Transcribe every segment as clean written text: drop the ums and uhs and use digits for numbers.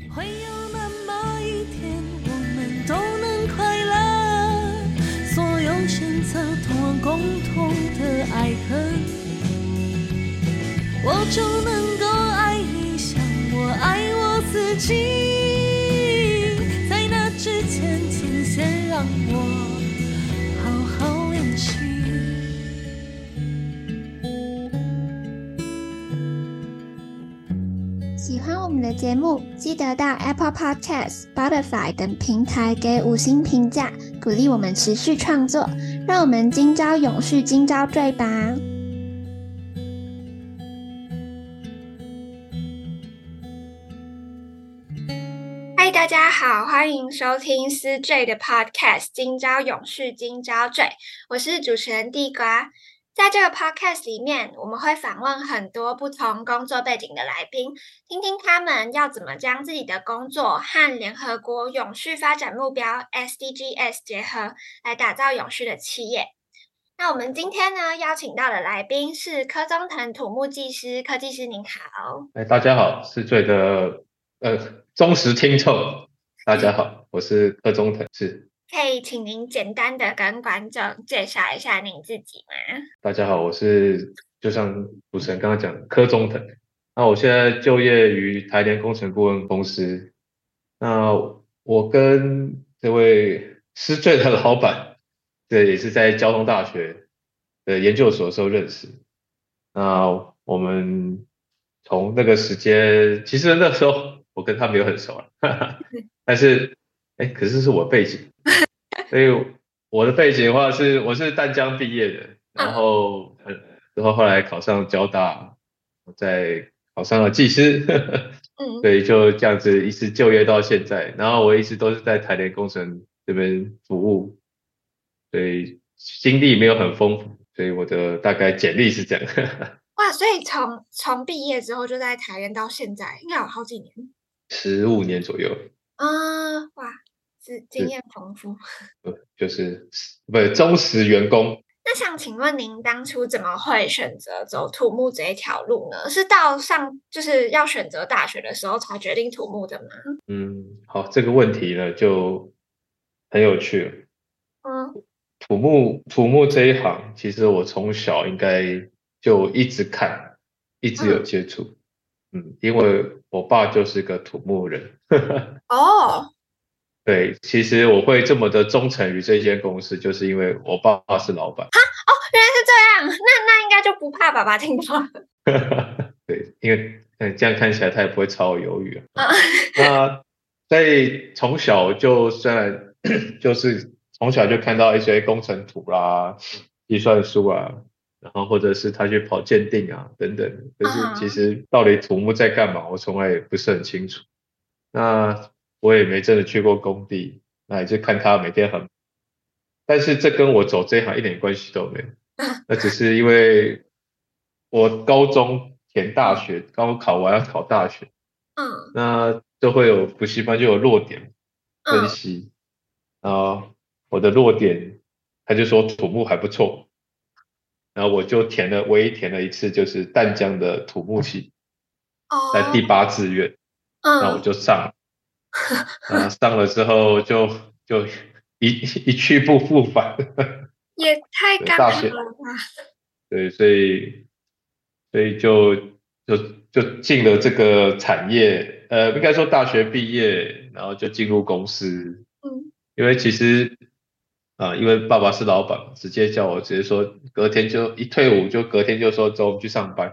会有那么一天，我们都能快乐，所有选择通往共同的爱恨，我就能够爱你像我爱我自己。在那之前，请先让我好好练习。 喜欢我们的节目，记得到 Apple Podcast、Spotify 等平台给5星评价，鼓励我们持续创作，让我们今朝永续，今朝綴吧。嗨，大家好，欢迎收听思綴的 Podcast《今朝永续，今朝綴》，我是主持人地瓜。在这个 podcast 里面，我们会访问很多不同工作背景的来宾，听听他们要怎么将自己的工作和联合国永续发展目标 SDGs 结合，来打造永续的企业。那我们今天呢，邀请到的来宾是柯宗腾土木技师，柯技师您好。 大家好，思綴的忠实听众，大家好，我是柯宗腾， 可以请您简单的跟观众介绍一下您自己吗？ 大家好，我是就像主持人刚刚讲的柯宗腾，那我现在就业于台联工程顾问公司，那我跟这位思綴的老板，这也是在交通大学的研究所的时候认识，那我们从那个时间，其实那时候我跟他没有很熟了，但是可是是我背景。所以我的背景的话是，我是淡江毕业的，然后后来考上交大，再考上了技师，所以就这样子一直就业到现在。然后我一直都是在台联工程这边服务，所以经历没有很丰富，所以我的大概简历是这样。 哇，所以从毕业之后就在台联到现在，应该有好几年 ，15年左右。 哇，是经验丰富。 就是忠实员工。 那想请问您当初怎么会选择走土木这一条路呢？是到就是要选择大学的时候才决定土木的吗？ 好，这个问题呢就很有趣了。土木这一行，其实我从小应该就一直看，一直有接触。因为我爸就是个土木人。 哦。 对，其实我会这么的忠诚于这间公司，就是因为我爸爸是老板。 原来是这样，那应该就不怕爸爸听到了。 对，因为这样看起来他也不会炒我鱿鱼。那在从小就虽然就是从小就看到一些工程图啦、计算书啊，然后或者是他去跑鉴定啊等等，可是其实到底土木在干嘛，我从来也不是很清楚。那我也没真的去过工地，那也就看他每天很，但是这跟我走这一行一点关系都没有。那只是因为我高中填大学，刚考完要考大学，那就会有补习班就有落点分析，我的落点他就说土木还不错，然后我就唯一填了一次就是淡江的土木系，在第8志愿，那我就上了。上了之后就一去不复返， 也太刚好了吧。 对，所以就进了这个产业，应该说大学毕业，然后就进入公司。因为其实因为爸爸是老板，直接叫我直接说，隔天就一退伍就隔天就说走，我们去上班。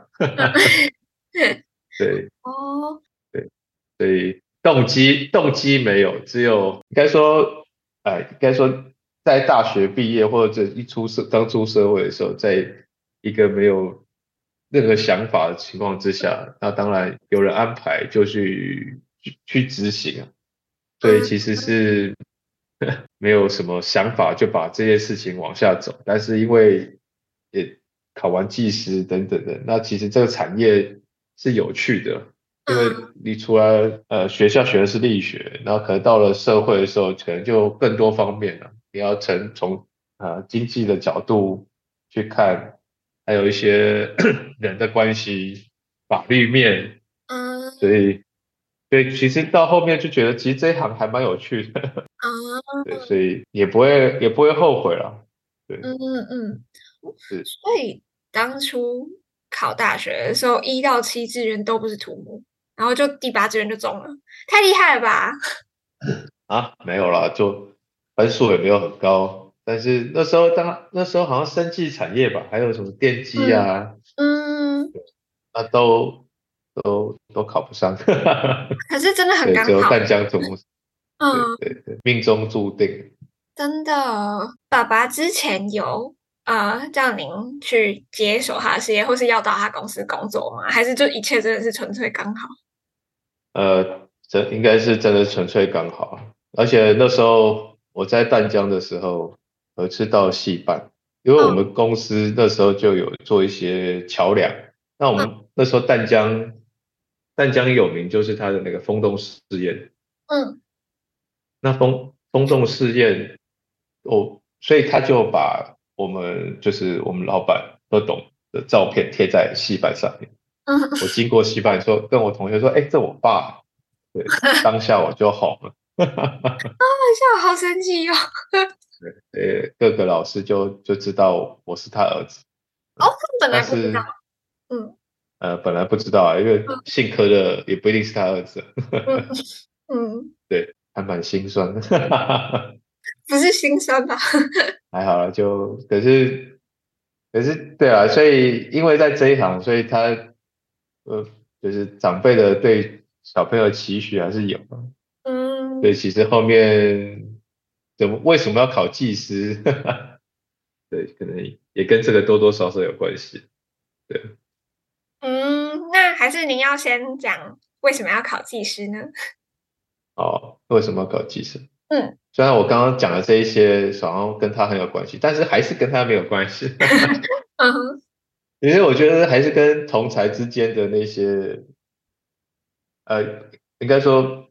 对。对，所以动机没有，只有应该说在大学毕业或者刚出社会的时候，在一个没有任何想法的情况之下，那当然有人安排就去执行啊，所以其实是没有什么想法就把这件事情往下走，但是因为也考完技师等等的，那其实这个产业是有趣的。因为你除了学校学的是力学，然后可能到了社会的时候，可能就更多方面了。你要从经济的角度去看，还有一些人的关系、法律面，所以所以其实到后面就觉得，其实这一行还蛮有趣的，对，所以也不会后悔了，对，是。 所以当初考大学的时候，1到7志愿都不是土木，然后就第8志愿就中了，太厉害了吧？ 啊，没有啦，就分数也没有很高，但是那时候好像生技产业吧，还有什么电机嗯啊， 嗯， 那都考不上， 可是真的很对，只有刚好， 淡江土木，对嗯， 对对，命中注定。 真的。爸爸之前有叫您去接手他的事业，或是要到他公司工作吗？还是就一切真的是纯粹刚好？ 这应该是真的纯粹刚好，而且那时候我在淡江的时候，有一次到戏办，因为我嗯们公司那时候就有做一些桥梁，那我嗯们那时候淡江有名就是它的那个风洞试验， 嗯那风洞试验，所以他就把我们老板何董的照片贴在戏板上面， 嗯， 我经过戏班说，跟我同学说，哎，这我爸，对，当下我就红了， 笑，好神奇哦！ 各个老师就知道我是他儿子， 哦，他本来不知道， 但是嗯本来不知道啊，因为姓柯的也不一定是他儿子， 嗯嗯， 对，还蛮心酸的， 不是心酸吧？ 还好啦，可是对啊，所以因为在这一行，所以呃就是长辈的对小朋友的期许还是有的。对， 嗯其实后面为什么要考技师？对，可能也跟这个多多少少有关系。对， 嗯，那还是您要先讲为什么要考技师呢？ 哦，为什么要考技师？ 嗯虽然我刚刚讲的这一些好像跟他很有关系，但是还是跟他没有关系。 嗯哼其实我觉得还是跟同才之间的那些，应该说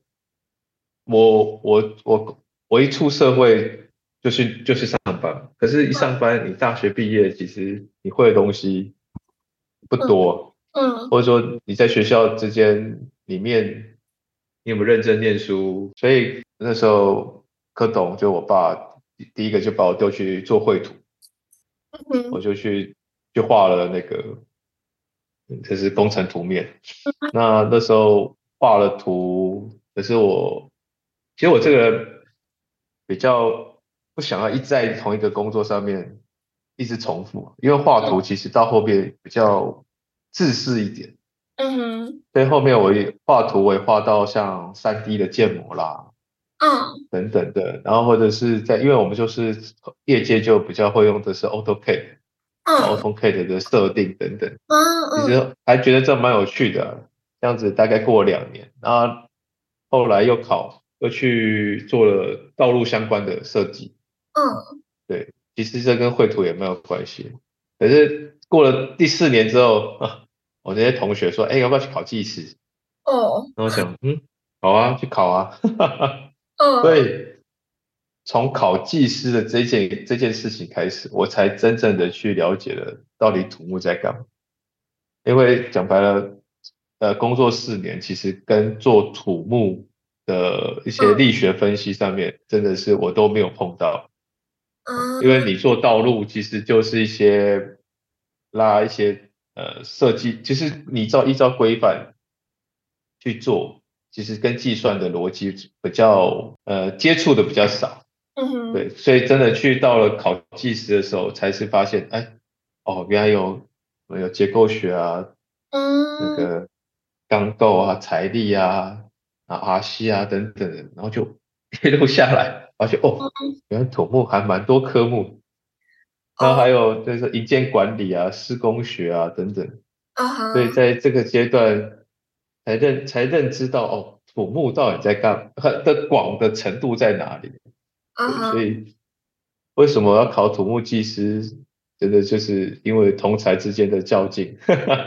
我一出社会就是上班，可是一上班，你大学毕业，其实你会的东西不嗯多， 嗯或者说你在学校之间里面，你有没有认真念书？所以那时候柯董就我爸第一个就把我丢去做绘图，我嗯就去画了那个，这是工程图面。那时候画了图，可是其实我这个人比较不想要一直在同一个工作上面一直重复，因为画图其实到后面比较自私一点， 嗯哼所以后面我也画到像3D 的建模啦嗯等等的，然后或者是因为我们就是业界就比较会用的是 AutoCAD， 嗯 AutoCAD 的设定等等， 嗯其嗯实还觉得这蛮有趣的啊，这样子大概过了2年，然后后来又去做了道路相关的设计， 嗯对，其实这跟绘图也没有关系，可是过了第4年之后啊，我那些同学说，哎，要不要去考技师？ 哦然后我想，好啊，去考啊，所嗯以从考技师的这件事情开始，我才真正的去了解了到底土木在干嘛。因为讲白了，工作4年，其实跟做土木的一些嗯力学分析上面，真的是我都没有碰到。因为嗯你做道路，其实就是拉一些设计，其实你依照规范去做，其实跟计算的逻辑比较接触的比较少。 嗯哼对，所以真的到了考技师的时候，才是发现，哎，哦，原来有结构学啊，那嗯个钢构啊、财力啊、RC 啊等等的，然后就一路下来，发现哦，原来土木还蛮多科目，然后哦还有就是营建管理啊、施工学啊等等，所以嗯哼在这个阶段才认知到哦，土木到底在的广的程度在哪里？对，所嗯哼以为什么要考土木技师？真的就是因为同才之间的较劲。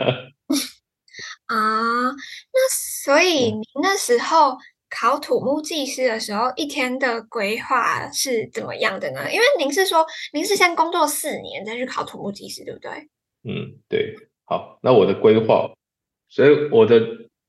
啊，那所以您那时候考土木技师的时候，一天的规划是怎么样的呢？因为您是说您是先工作4年再去考土木技师，对不对？ 对，好，那我的规划，所以我的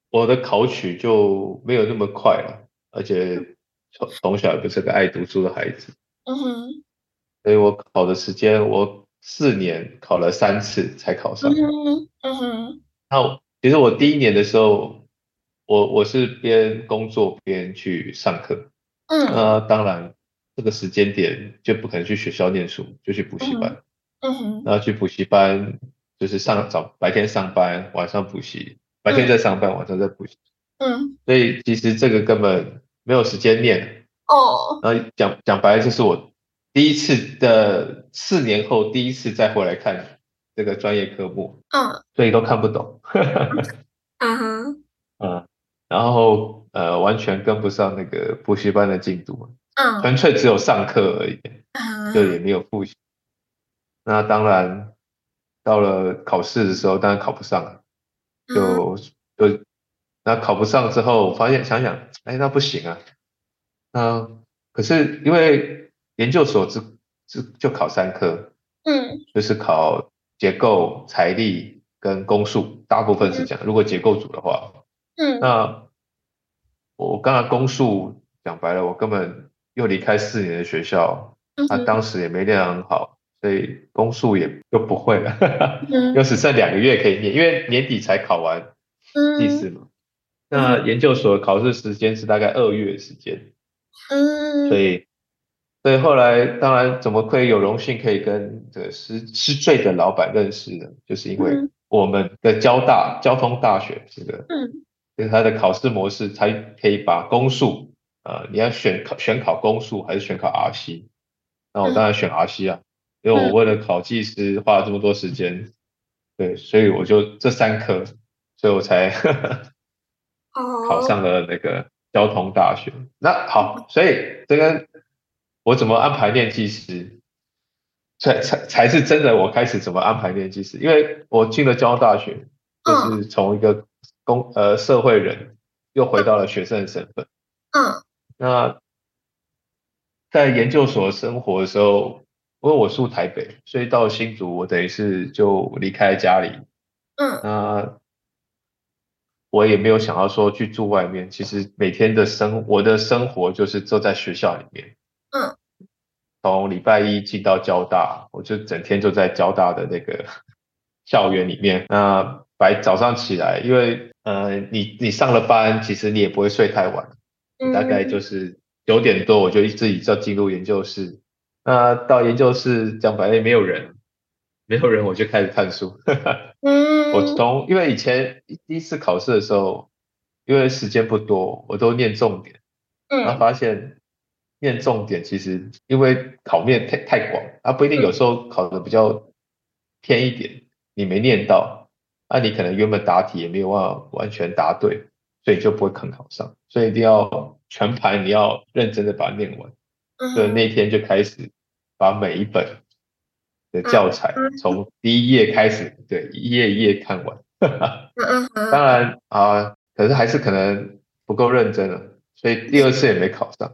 我的考取就没有那么快了，而且从小也不是个爱读书的孩子， 嗯哼， 所以我考的时间我4年考了3次才考嗯上。 哼，嗯哼， 那其实我第一年的时候，我是边工作边去上课， 嗯当然这个时间点就不可能去学校念书，就去补嗯哼， 习班。 嗯哼， 然后去补习班就是白天上班，晚上补习，白天嗯在上班，晚上在补习， 嗯， 所以其实这个根本没有时间念。 哦， 然后讲白了，这是我第一次的4年后第一次再回来看这个专业科目， 嗯所以都看不懂。 嗯哼， 嗯，然后完全跟不上那个补习班的进度， 嗯纯粹只有上课而已，就嗯也没有复习。那当然到了考试的时候，当然考不上了， 嗯就那考不上之后，发现想想，哎，那不行啊。那可是因为研究所就考3科， 嗯就是考结构、财力跟公数，大部分是这样。如果结构组的话， 嗯那我刚才公数讲白了，我根本又离开4年的学校，他嗯哼， 当时也没练得很好，所以公数也又不会了，又嗯只剩2个月可以念，因为年底才考完祭嗯祀嘛。 嗯哼， 那研究所考试时间是大概2月的时间，所嗯以所以后来当然怎么会有荣幸可以跟这个师坠的老板认识呢？就是因为嗯我们的交通大学嗯就是它的考试模式，才可以把公数，你要选考公数还是选考 RC？那我当然选 RC 啊，因为我嗯， 为了考技师花了这么多时间，对，所以我就这3科，所以我才考哦， 上了那个交通大学。那好，所以这个我怎么安排念技师，才是真的我开始怎么安排念技师，因为我进了交通大学，就嗯是从一个社会人又回到了学生的身份。 嗯那在研究所生活的时候，因为我住台北，所以到新竹我等于是就离开家里。 嗯那我也没有想要说去住外面，其实每天我的生活就是坐在学校里面， 嗯从礼拜一进到交大，我就整天就在交大的那个校园里面。那早上起来，因为你上了班，其实你也不会睡太晚，你大概就嗯是9点多我就自己就进入研究室。那到研究室讲白了没有人，没有人我就开始看书。 嗯因为以前第一次考试的时候，因为时间不多，我都念重点，然后嗯发现念重点其实因为考面太广，啊不一定有时候考的比较偏一点，你没念到，那你可能原本答题也没有办法完全答对，所以就不会考上，所以一定要全盘你要认真的把它念完。所以嗯那天就开始把每一本的嗯教材从第一页开始，对，一页一页看完。 嗯嗯当然啊，可是还是可能不够认真了，所以第二次也没考上。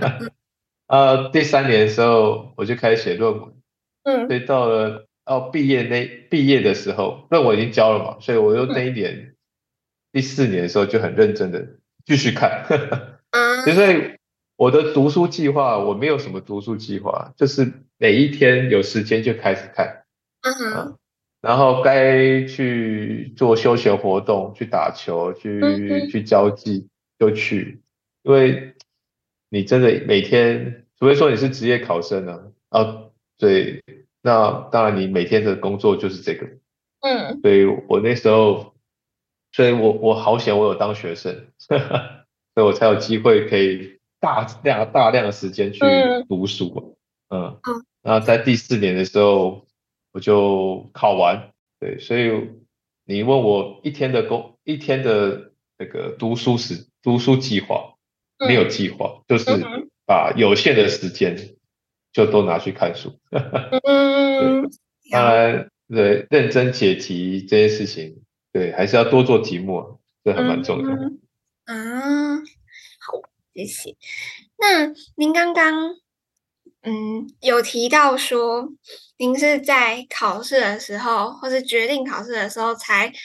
第3年的时候我就开始写论文，所嗯以到了毕业的时候，论文已经交了嘛，所以我又那一年第4年的时候就很认真的继续看。所嗯以我的读书计划我没有什么读书计划，就是每一天有时间就开始看。 嗯啊，然后该去做休闲活动，去打球， 嗯去交际就去，因为你真的每天，除非说你是职业考生呢，对，那当然你每天的工作就是这个， 嗯所以我那时候，所以我好险我有当学生，所以我才有机会可以大量的时间去嗯读书，嗯。 嗯那在第4年的时候，我就考完，对，所以你问我一天的那个读书计划，没有嗯计划，就是嗯把有限的时间就都拿去看书。对， 嗯， 当了， 然，对，认真解题这件事情，对，还是要多做题目啊，这还蛮重要的。 嗯啊，好，谢谢。那您刚刚有提到说，您是在考试的时候，或是决定考试的时候才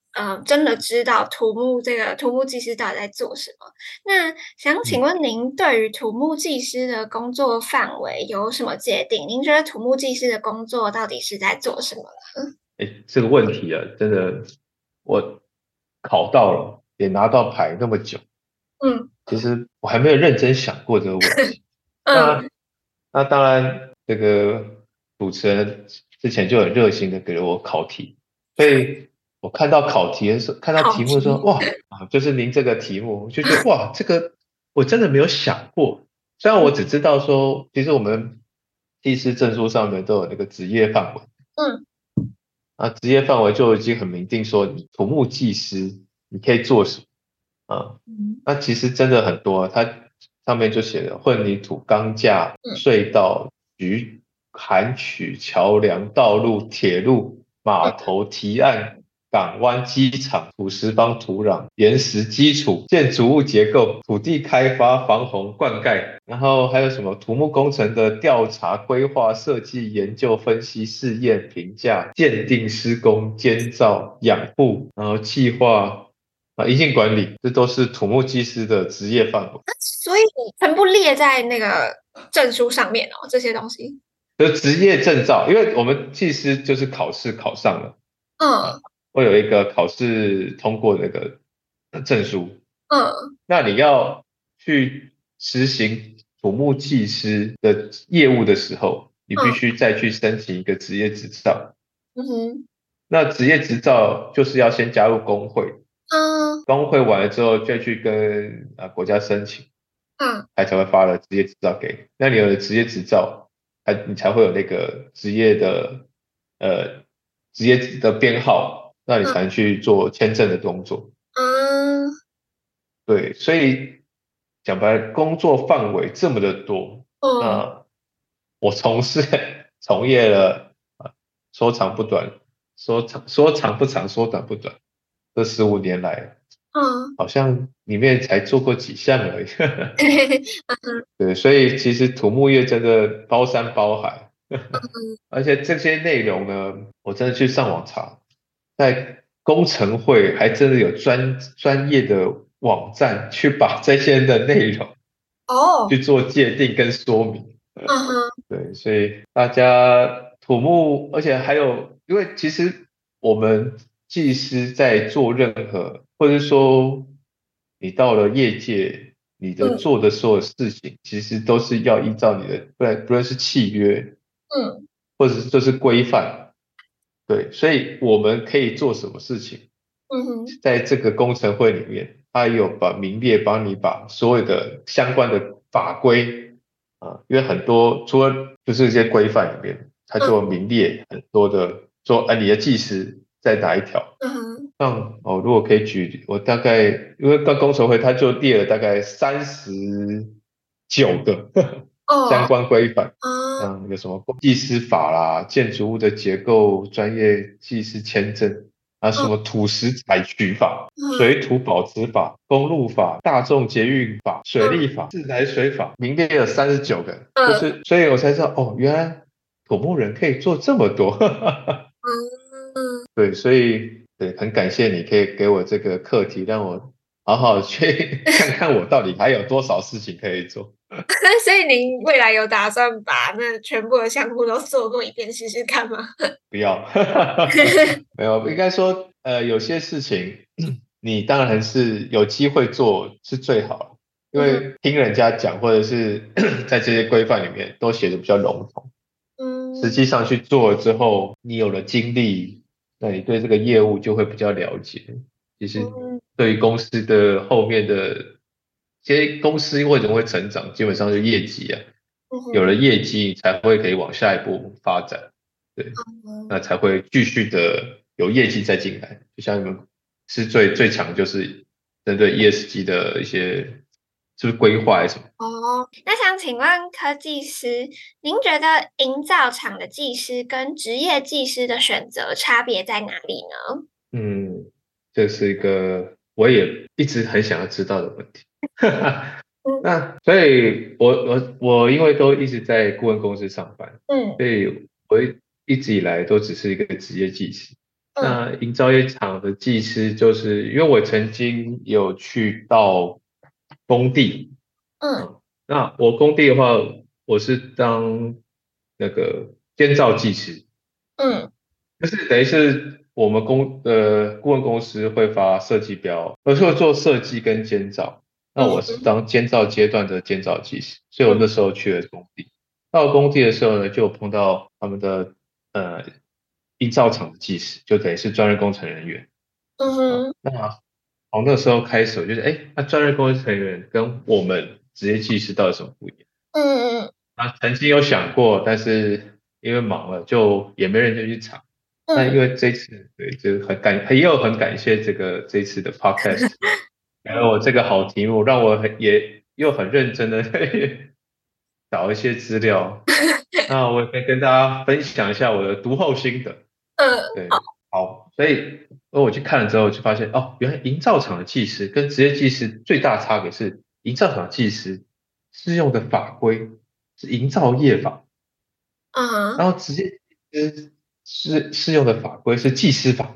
真的知道土木技师到底在做什么。那想请问您对于土木技师的工作范围有什么界定？您觉得土木技师的工作到底是在做什么呢？ 这个问题啊，真的我考到了，也拿到牌那么久，其实我还没有认真想过这个问题。那当然，这个主持人之前就很热心的给了我考题，所以我看到考题的时候，看到题目的时候，哇就是您这个题目，我就觉得哇，这个我真的没有想过。虽然我只知道说，其实我们技师证书上面都有那个职业范围，职业范围就已经很明定说，你土木技师你可以做什么那其实真的很多，它上面就写了混凝土、钢架、隧道、涵渠、桥梁、道路、铁路、码头、堤岸、港湾、机场、土石方、土壤、岩石基础、建筑物结构、土地开发、防洪、灌溉，然后还有什么土木工程的调查、规划、设计、研究、分析、试验、评价、鉴定、施工、监造、养护，然后计划。营运管理，这都是土木技师的职业范围。 所以全部列在那个证书上面哦，这些东西。 就职业证照，因为我们技师就是考试考上了，会有一个考试通过那个证书，那你要去实行土木技师的业务的时候，你必须再去申请一个职业执照。那职业执照就是要先加入工会。工会完了之后，就去跟国家申请，他才会发了职业执照给你。那你有了职业执照，你才会有那个职业的编号，那你才能去做签证的动作。对，所以讲白了，工作范围这么的多，那我从业了说长不短，说长不长，说短不短。这15年来，好像里面才做过几项而已。对，所以其实土木业真的包山包海，而且这些内容呢，我真的去上网查，在工程会还真的有专业的网站去把这些的内容去做界定跟说明。对，所以大家土木，而且还有，因为其实我们技师在做任何，或者说你到了业界，你的做的所有事情，其实都是要依照你的，不论是契约，或者是就是规范，对，所以我们可以做什么事情，在这个工程会里面，他有名列帮你把所有的相关的法规因为很多除了就是一些规范里面，它就有名列很多的说，你的技师在哪一条？像如果可以举，我大概因为工程会它就列了大概39个相关规范，有什么技师法啦、建筑物的结构专业技师签证什么土石采取法、水土保持法、公路法、大众捷运法、水利法、自来水法，名列了39个，就是所以我才知道原来土木人可以做这么多。对，所以很感谢你可以给我这个课题，让我好好去看看我到底还有多少事情可以做。 所以您未来有打算把那全部的项目都做过一遍试试看吗？ 不要，没有，应该说有些事情你当然是有机会做是最好，因为听人家讲或者是在这些规范里面都写的比较笼统。实际上去做了之后，你有了经历，那你对这个业务就会比较了解。其实对于公司的后面的，其实公司为什么会成长，基本上是业绩有了业绩才会可以往下一步发展，对，那才会继续的有业绩再进来。就像你们是最强就是针对 ESG 的一些。是不是规划还是什么？ 那想请问科技师，您觉得营造厂的技师跟职业技师的选择差别在哪里呢？ 这是一个我也一直很想要知道的问题。那所以我因为都一直在顾问公司上班，所以我一直以来都只是一个职业技师。 那营造业厂的技师，就是因为我曾经有去到工地，那我工地的话，我是当那个监造技师，就是等于是我们顾问公司会发设计标，而是会做设计跟监造。那我是当监造阶段的监造技师，所以我那时候去了工地。到工地的时候呢，就有碰到他们的营造厂的技师，就等于是专业工程人员。那从那时候开始，我就那专业工程人员跟我们职业技师到底有什么不一样？那曾经有想过，但是因为忙了，就也没人去查。那因为这次对，就也有很感谢这次的 podcast， 给了我这个好题目，让我又很认真的找一些资料。那我也可以跟大家分享一下我的读后心得。对，好，所以我去看了之后，就发现原来营造厂的技师跟职业技师最大差别是，营造厂的技师适用的法规是营造业法，然后职业技师适用的法规是技师法，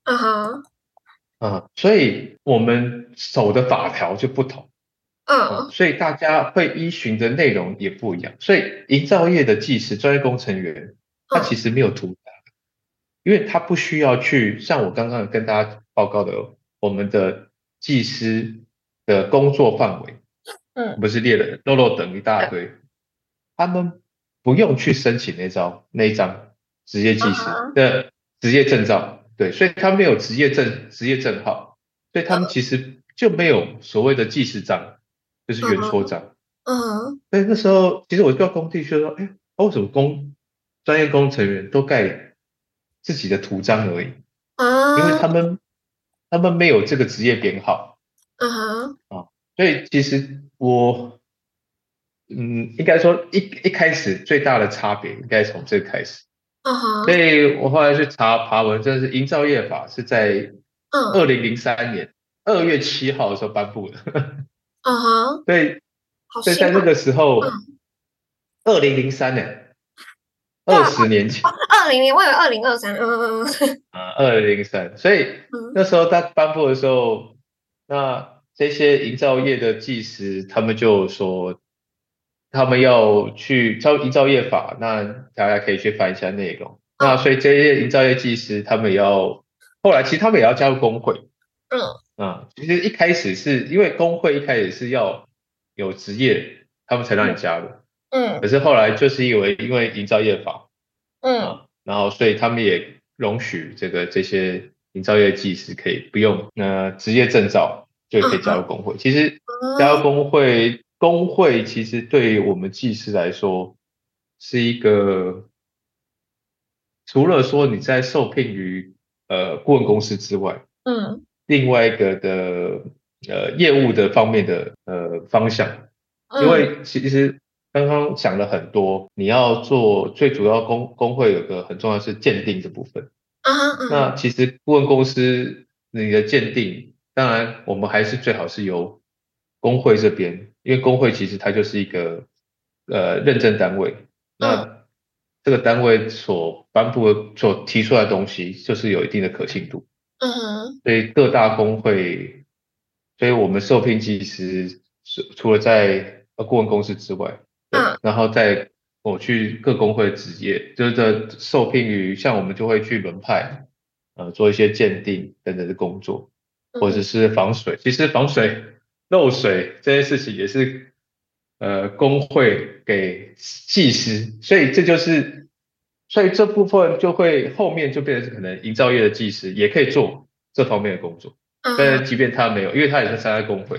所以我们守的法条就不同，所以大家会依循的内容也不一样，所以营造业的技师、专业工程员，他其实没有图章，因为他不需要去像我刚刚跟大家报告的，我们的技师的工作范围，不是列了漏等一大堆，他们不用去申请那一张职业技师的职业证照，对，所以他没有职业证号，所以他们其实就没有所谓的技师章，就是原戳章。所以那时候其实我到工地就说，为什么专业工程员都盖自己的图章而已？因为他们没有这个职业编号。所以其实我应该说一开始最大的差别应该从这开始。所以我后来去爬文，真的是营造业法是在2003年2月7号的时候颁布的。所以在那个时候，2003年，20年前 ，20年，我以为2023， 2003，所以那时候他颁布的时候，那这些营造业的技师，他们就说，他们要去照营造业法，那大家可以去翻一下内容。那所以这些营造业技师，后来其实他们也要加入工会。其实一开始是因为工会一开始是要有职业，他们才让你加入。可是后来就是因为营造业法，然后所以他们也容许这些营造业技师可以不用职业证照就可以加入工会。其实加入工会其实对于我们技师来说是一个，除了说你在受聘于顾问公司之外，另外一个的业务的方面的方向，因为其实刚刚讲了很多，你要做最主要工会有个很重要的是鉴定的部分。那其实顾问公司你的鉴定，当然我们还是最好是由工会这边，因为工会其实它就是一个认证单位，那这个单位所颁布的所提出来的东西，就是有一定的可信度。所以各大工会，所以我们受聘技师除了在顾问公司之外，然后我去各工会职业，就是受聘于像我们就会去轮派，做一些鉴定等等的工作，或者是防水。其实防水漏水这件事情也是工会给技师，所以这部分就会后面就变成是可能营造业的技师也可以做这方面的工作，但是即便他没有，因为他也是参加工会。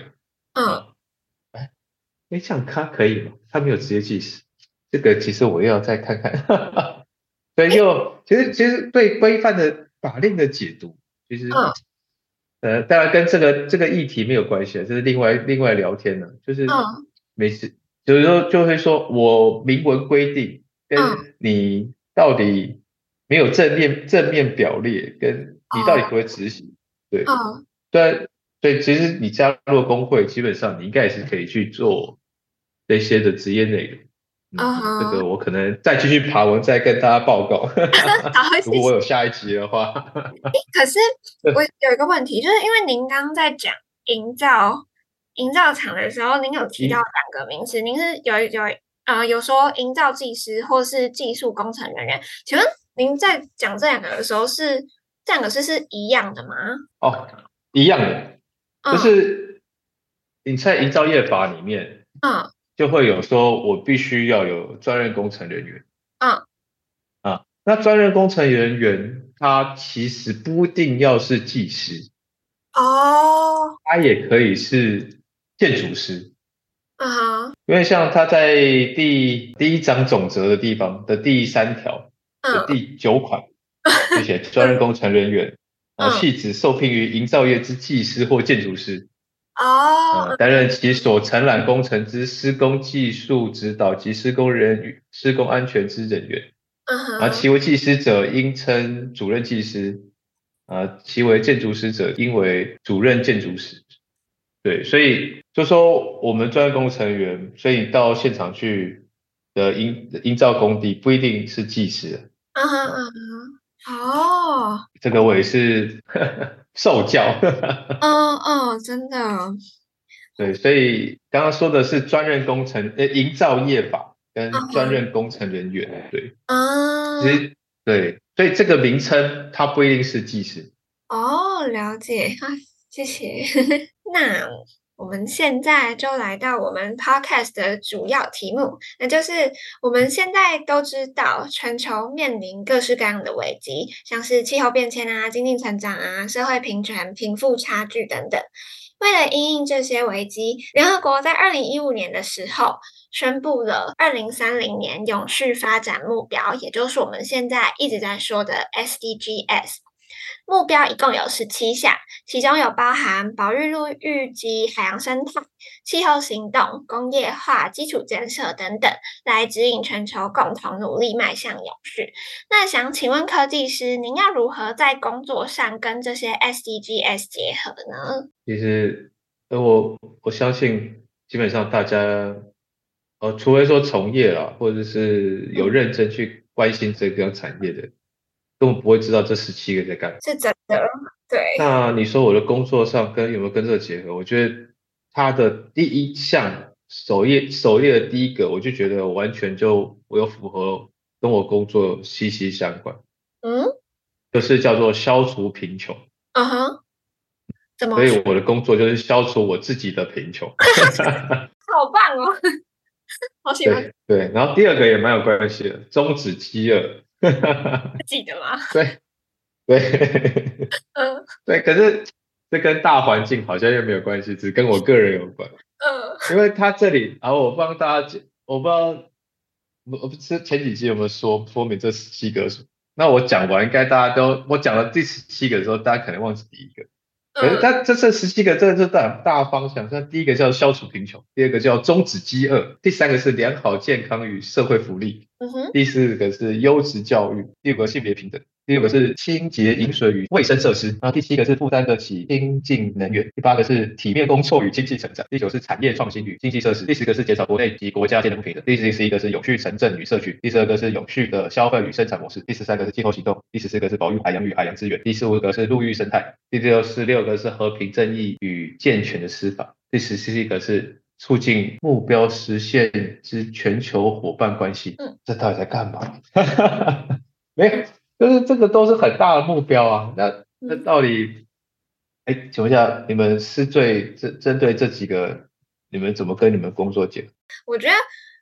这样他可以吗？他没有职业技师，这个其实我又要再看看。所以其实对规范的法令的解读，其实当然跟这个议题没有关系，这是另外聊天了。就是每次有时候就会说我明文规定，跟你到底没有正面表列，跟你到底可不可以执行？对，所以其实你加入工会，基本上你应该也是可以去做这些的职业内容。 这个我可能再继续爬文，再跟大家报告。 好， 如果我有下一集的话。 可是我有一个问题，就是因为您刚刚在讲营造厂的时候，您有提到2个名词，您是有说营造技师或是技术工程人员，请问您在讲这2个的时候这2个是一样的吗？ 哦，一样的，就是你在营造业法里面，就会有说我必须要有专任工程人员，那专任工程人员他其实不一定要是技师，他也可以是建筑师，因为像他在第1章总则的地方的第3条的第9款，就写专任工程人员，系指受聘于营造业之技师或建筑师，担任其所承揽工程之施工技术指导及施工安全之人员。其为技师者应称主任技师，其为建筑师者应为主任建筑师。对，所以就说我们专业工程员，所以到现场去的营造工地不一定是技师。这个我也是受教。 真的。 对，所以刚刚说的是专任工程营造业法跟专任工程人员，对，其实对，所以这个名称它不一定是技师。 了解，谢谢。那我们现在就来到我们 podcast 的主要题目，那就是我们现在都知道全球面临各式各样的危机，像是气候变迁经济成长社会平权、贫富差距等等。为了因应这些危机，联合国在2015年的时候宣布了2030年永续发展目标，也就是我们现在一直在说的 SDGs。目标一共有17项，其中有包含保育陆域及海洋生态、气候行动、工业化、基础建设等等，来指引全球共同努力迈向永续。那想请问科技师，您要如何在工作上跟这些 SDGs 结合呢？ 其实我相信基本上大家除非说从业啦，或者是有认真去关心这个产业的，根本不会知道这17个在干嘛。 是真的，对。 那你说我的工作上有没有跟这个结合？我觉得它的第1项首页的第1个，我就觉得完全我有符合跟我工作息息相关。就是叫做消除贫穷。 怎么？ 所以我的工作就是消除我自己的贫穷。 好棒哦，好喜欢。 对，然后第2个也蛮有关系的，终止饥饿。 记得吗？ 对，对，可是这跟大环境好像又没有关系，只跟我个人有关。因为他这里，我帮大家，我不知道，我不知前几集有没有说明这17个。那我讲完，应该大家我讲了第17个的时候，大家可能忘记第1个。可是它这17个真的是大方向，像第1个叫消除贫穷，第2个叫终止饥饿，第3个是良好健康与社会福利，第4个是优质教育，第5个性别平等，第6个是清洁饮水与卫生设施，然后第7个是负担得起清净能源，第8个是体面工作与经济成长，第9是产业创新与经济设施，第10个是减少国内及国家间的不平等，第11个是永续城镇与社区，第12个是永续的消费与生产模式，第13个是气候行动，第14个是保育海洋与海洋资源，第15个是陆域生态，第16个是和平正义与健全的司法，第17个是促进目标实现之全球伙伴关系。这到底在干嘛？没有，就是这个都是很大的目标啊。那到底，请问一下，你们是针对这几个，你们怎么跟你们工作结合？ 我觉得，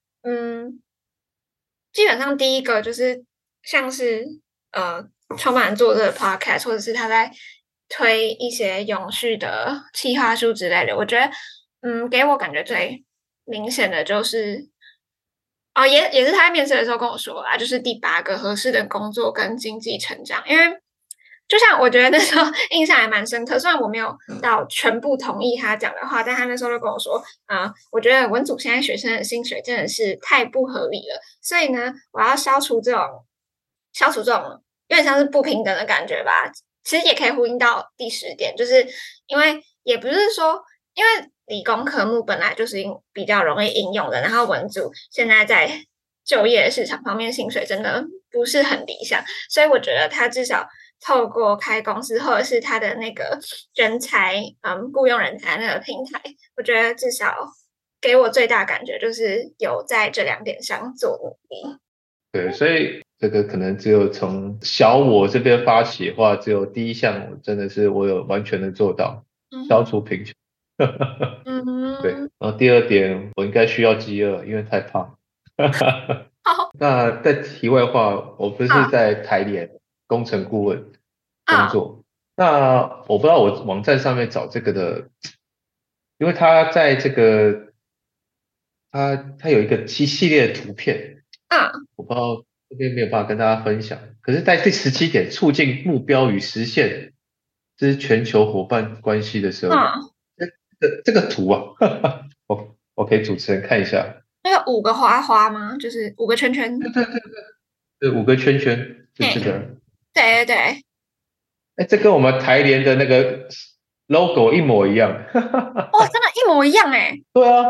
基本上第1个就是像是创办人做这个 podcast， 或者是他在推一些永续的企划书之类的，我觉得给我感觉最明显的就是也是他在面试的时候跟我说啦，就是第8个合适的工作跟经济成长。因为就像我觉得那时候印象还蛮深刻，虽然我没有到全部同意他讲的话，但他那时候就跟我说我觉得文组现在学生的薪水真的是太不合理了，所以呢我要消除这种有点像是不平等的感觉吧。其实也可以呼应到第10点，就是因为也不是说，因为理工科目本来就是比较容易应用的，然后文组现在在就业市场方面薪水真的不是很理想，所以我觉得他至少透过开公司或者是他的那个人才雇佣人才那个平台，我觉得至少给我最大感觉就是有在这2点上做努力。 对，所以这个可能只有从小我这边发起的话，只有第一项我真的是我有完全的做到消除贫穷。对，然后第2点我应该需要饥饿，因为太胖。那在题外话，我不是在台联工程顾问工作，那我不知道我网站上面找这个的，因为他在这个他有一个系列的图片，我不知道这边没有办法跟大家分享，可是在第17点促进目标与实现之全球伙伴关系的时候，这个图啊，我给主持人看一下。 那个5个花花吗？就是5个圈圈。 对，5个圈圈，是这个。 对。 这跟我们台联的那个 logo 一模一样。 哇，真的，一模一样哎。 对啊。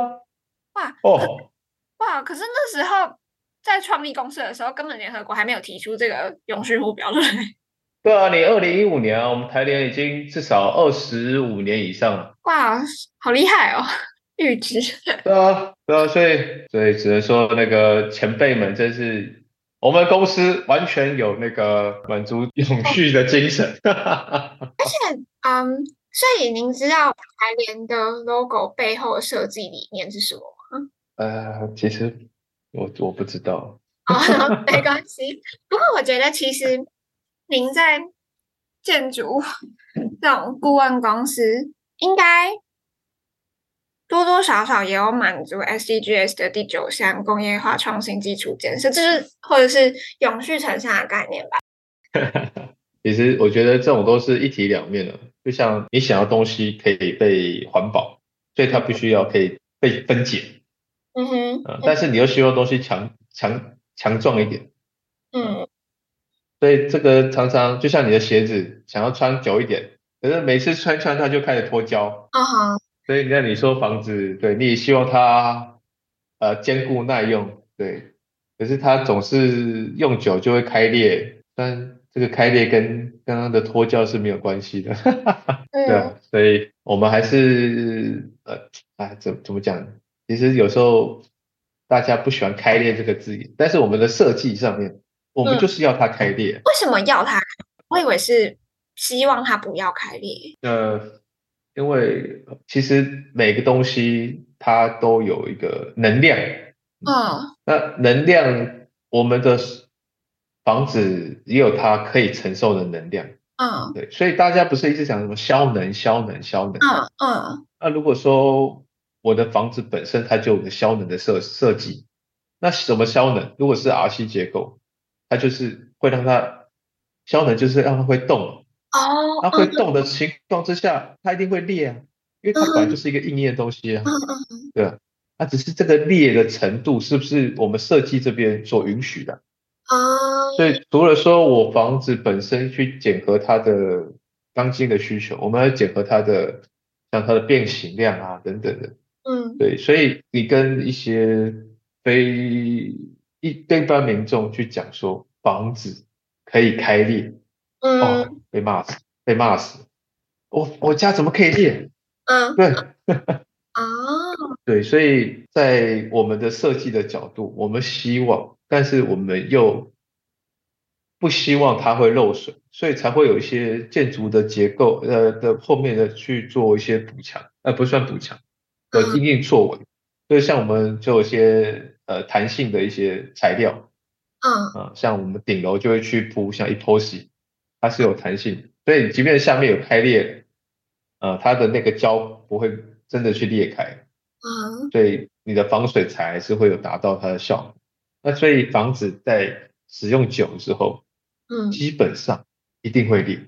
哇，可是那时候在创立公司的时候，根本联合国还没有提出这个永续目标，对不对？ 对啊，你2015年啊，我们台联已经至少25年以上了。 哇，好厉害哦！预知。 对啊，所以只能说那个前辈们真是我们公司完全有那个满足永续的精神。 而且所以您知道台联的 logo 背后的设计理念是什么吗？ 其实我不知道。 没关系。不过我觉得其实您在建筑这种顾问公司应该多多少少也有满足 SDGs 的第9项工业化创新基础建设，就是或者是永续城乡的概念吧。 其实我觉得这种都是一体两面的，就像你想要东西可以被环保，所以它必须要可以被分解。但是你又希望东西强壮一点。所以这个常常就像你的鞋子想要穿久一点，可是每次穿它就开始脱胶。所以你说房子，对，你也希望它坚固耐用，对，可是它总是用久就会开裂，但这个开裂跟刚刚的脱胶是没有关系的。对啊，所以我们还是怎么讲？其实有时候大家不喜欢开裂这个字眼，但是我们的设计上面，我们就是要它开裂。 为什么要它？我以为是希望它不要开裂。 因为其实每个东西它都有一个能量。那能量，我们的房子也有它可以承受的能量。对，所以大家不是一直讲什么消能。那如果说我的房子本身它就有个消能的设计，那什么消能？如果是 RC 结构，它就是会让它消能，就是让它会动。它会动的情况之下，它一定会裂啊，因为它本来就是一个硬的东西啊。对啊，那只是这个裂的程度是不是我们设计这边所允许的？所以除了说我房子本身去检核它的钢筋的需求，我们要检核它的像它的变形量啊等等的。对，所以你跟一些一般民众去讲说房子可以开裂，被骂死。我家怎么可以裂？对。对，所以在我们的设计的角度，我们希望，但是我们又不希望它会漏水，所以才会有一些建筑的结构的后面的去做一些补强，不算补强的因应作为。所以像我们就有一些弹性的一些材料。像我们顶楼就会去铺像 epoxy， 它是有弹性，所以即便下面有开裂，它的那个胶不会真的去裂开。所以你的防水材还是会有达到它的效果。那所以房子在使用久之后，基本上一定会裂。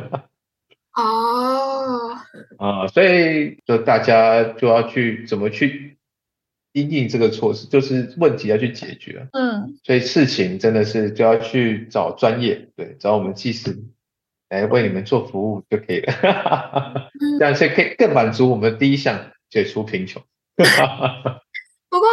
所以就大家就要去怎么去因应这个措施，就是问题要去解决。所以事情真的是就要去找专业，对，找我们技师来为你们做服务就可以了。这样可以更满足我们第一项，解除贫穷。 不过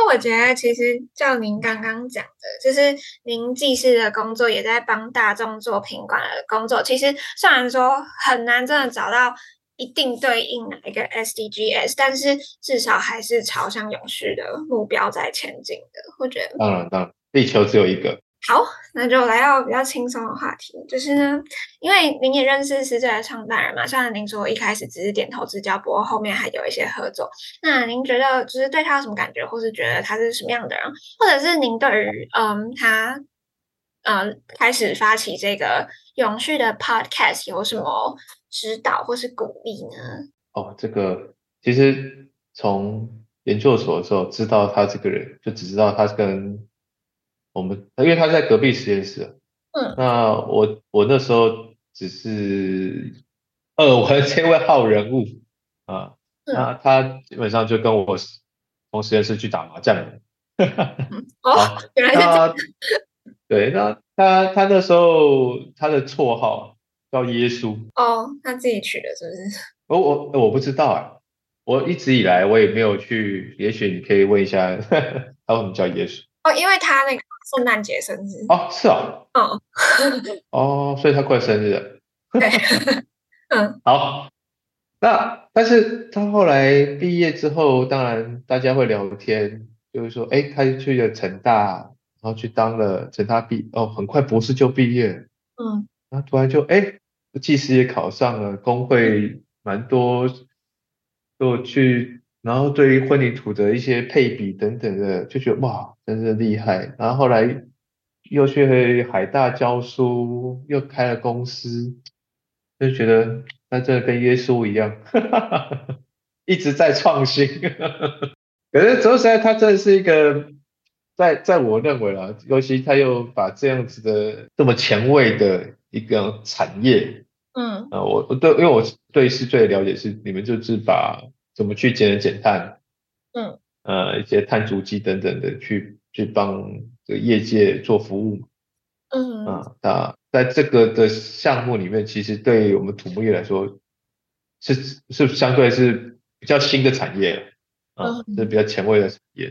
我觉得其实照您刚刚讲的，就是您技师的工作也在帮大众做品管的工作，其实虽然说很难真的找到一定对应哪一个 SDGs， 但是至少还是朝向永续的目标在前进的，我觉得。 当然，地球只有一个。 好，那就来到比较轻松的话题，就是呢，因为您也认识思綴的创办人嘛，虽然您说一开始只是点头之交，不过后面还有一些合作。那您觉得就是对他有什么感觉，或是觉得他是什么样的人，或者是您对于他开始发起这个永续的 podcast 有什么指导或是鼓励呢？ 这个其实从研究所的时候知道他这个人，就只知道他跟我们，因为他在隔壁实验室。那我那时候只是耳闻这位好人物啊，那他基本上就跟我从实验室去打麻将了。好， 原来是这样。 对，那他那时候他的绰号叫耶稣。 他自己取的是不是？ 我不知道啊，我一直以来我也没有去，也许你可以问一下他为什么叫耶稣。 因为他那个圣诞节生日。 是啊。所以他快生日了。 对。 好，但是他后来毕业之后，当然大家会聊天，就是说，他去了成大，然后去当了成大很快博士就毕业。然后突然就技师也考上了，工会蛮多，就去，然后对于混凝土的一些配比等等的，就觉得哇，真是厉害。然后后来又去海大教书，又开了公司，就觉得他真的跟耶稣一样，一直在创新。可是说实在，他真的是一个，在我认为啦，尤其他又把这样子的这么前卫的一个产业。因为我对是最了解是你们就是把怎么去节能减碳，一些碳足迹等等的去帮这个业界做服务。在这个的项目里面，其实对于我们土木业来说是相对是比较新的产业是比较前卫的产业。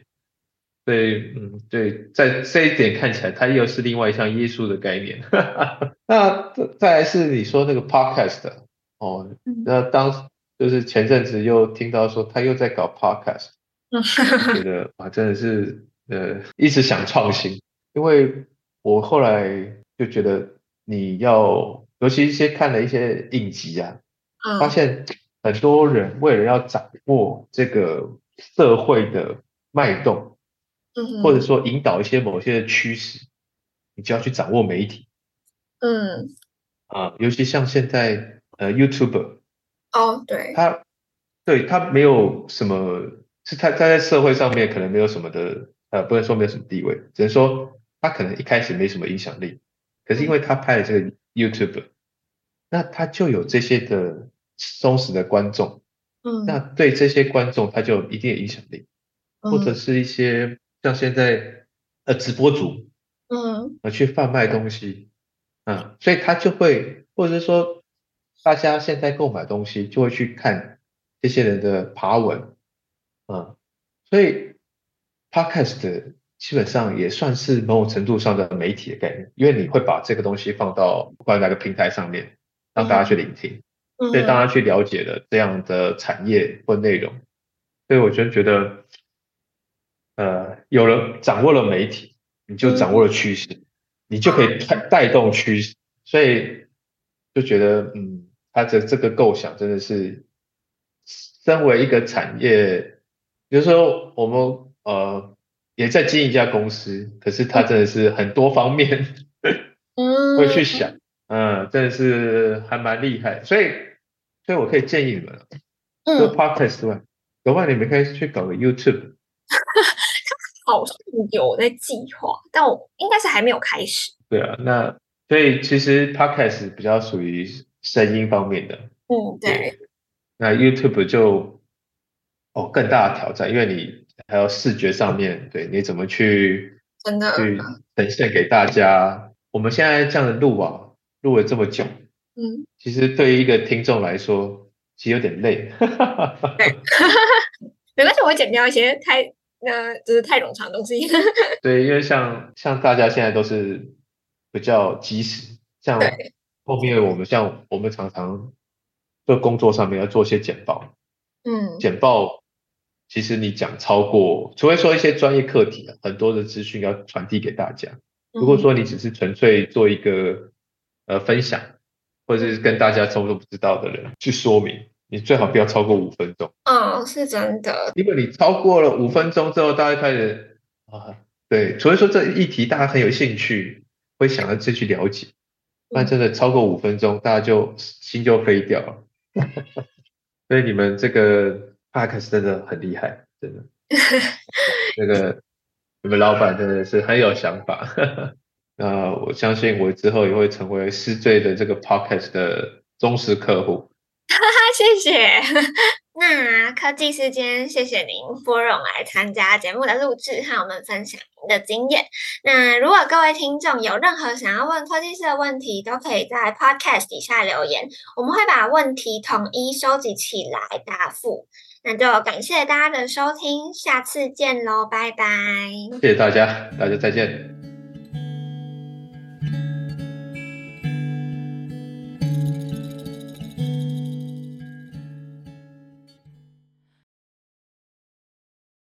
对，在这一点看起来，它又是另外一项耶稣的概念。那再来是你说那个 podcast 那就是前阵子又听到说他又在搞 podcast，觉得哇，真的是一直想创新。因为我后来就觉得尤其一些看了一些影集啊，发现很多人为了要掌握这个社会的脉动，或者说引导一些某些的趋势，你就要去掌握媒体。尤其像现在YouTuber。他没有什么，他在社会上面可能没有什么的，不能说没有什么地位，只能说他可能一开始没什么影响力，可是因为他拍了这个 YouTuber，那他就有这些的忠实的观众。那对这些观众他就有一定的影响力。或者是一些像现在直播主，去贩卖东西，所以他就会，或者是说大家现在购买东西就会去看这些人的爬文，所以 podcast 基本上也算是某种程度上的媒体的概念，因为你会把这个东西放到不管哪个平台上面，让大家去聆听，所以大家去了解了这样的产业或内容。所以我觉得掌握了媒体，你就掌握了趋势，你就可以带动趋势。所以就觉得他的这个构想真的是身为一个产业，比如说我们也在经营一家公司，可是他真的是很多方面会去想，真的是还蛮厉害。所以我可以建议你们，做 podcast 之外，搞不好你们可以去搞个 YouTube。 好像有在计划，但我应该是还没有开始。 对啊，那所以其实 podcast 比较属于声音方面的。 对。 那 YouTube 就更大的挑战，因为你还有视觉上面，对你怎么去呈现给大家。我们现在这样的录了这么久，其实对于一个听众来说，其实有点累。 对。没关系，我会剪掉一些太那就是太冗长的东西。 对，因为像大家现在都是比较及时，像对， 后面我们常常做工作上面要做一些简报，简报其实你讲超过，除非说一些专业课题啊，很多的资讯要传递给大家。如果说你只是纯粹做一个分享，或者是跟大家都不知道的人去说明，你最好不要超过5分钟。 是真的。 因为你超过了5分钟之后，大家开始对，除非说这议题大家很有兴趣，会想要再去了解，不然真的超过5分钟，大家就心就飞掉了。所以你们这个 Podcast 真的很厉害，真的。那个你们老板真的是很有想法。那我相信我之后也会成为思醉的这个 Podcast 的忠实客户。 谢谢。那科技时间，谢谢您拨冗来参加节目的录制，和我们分享您的经验。那如果各位听众有任何想要问科技师的问题，都可以在 Podcast 底下留言，我们会把问题统一收集起来答复。那就感谢大家的收听，下次见喽，拜拜。 谢谢大家，大家再见。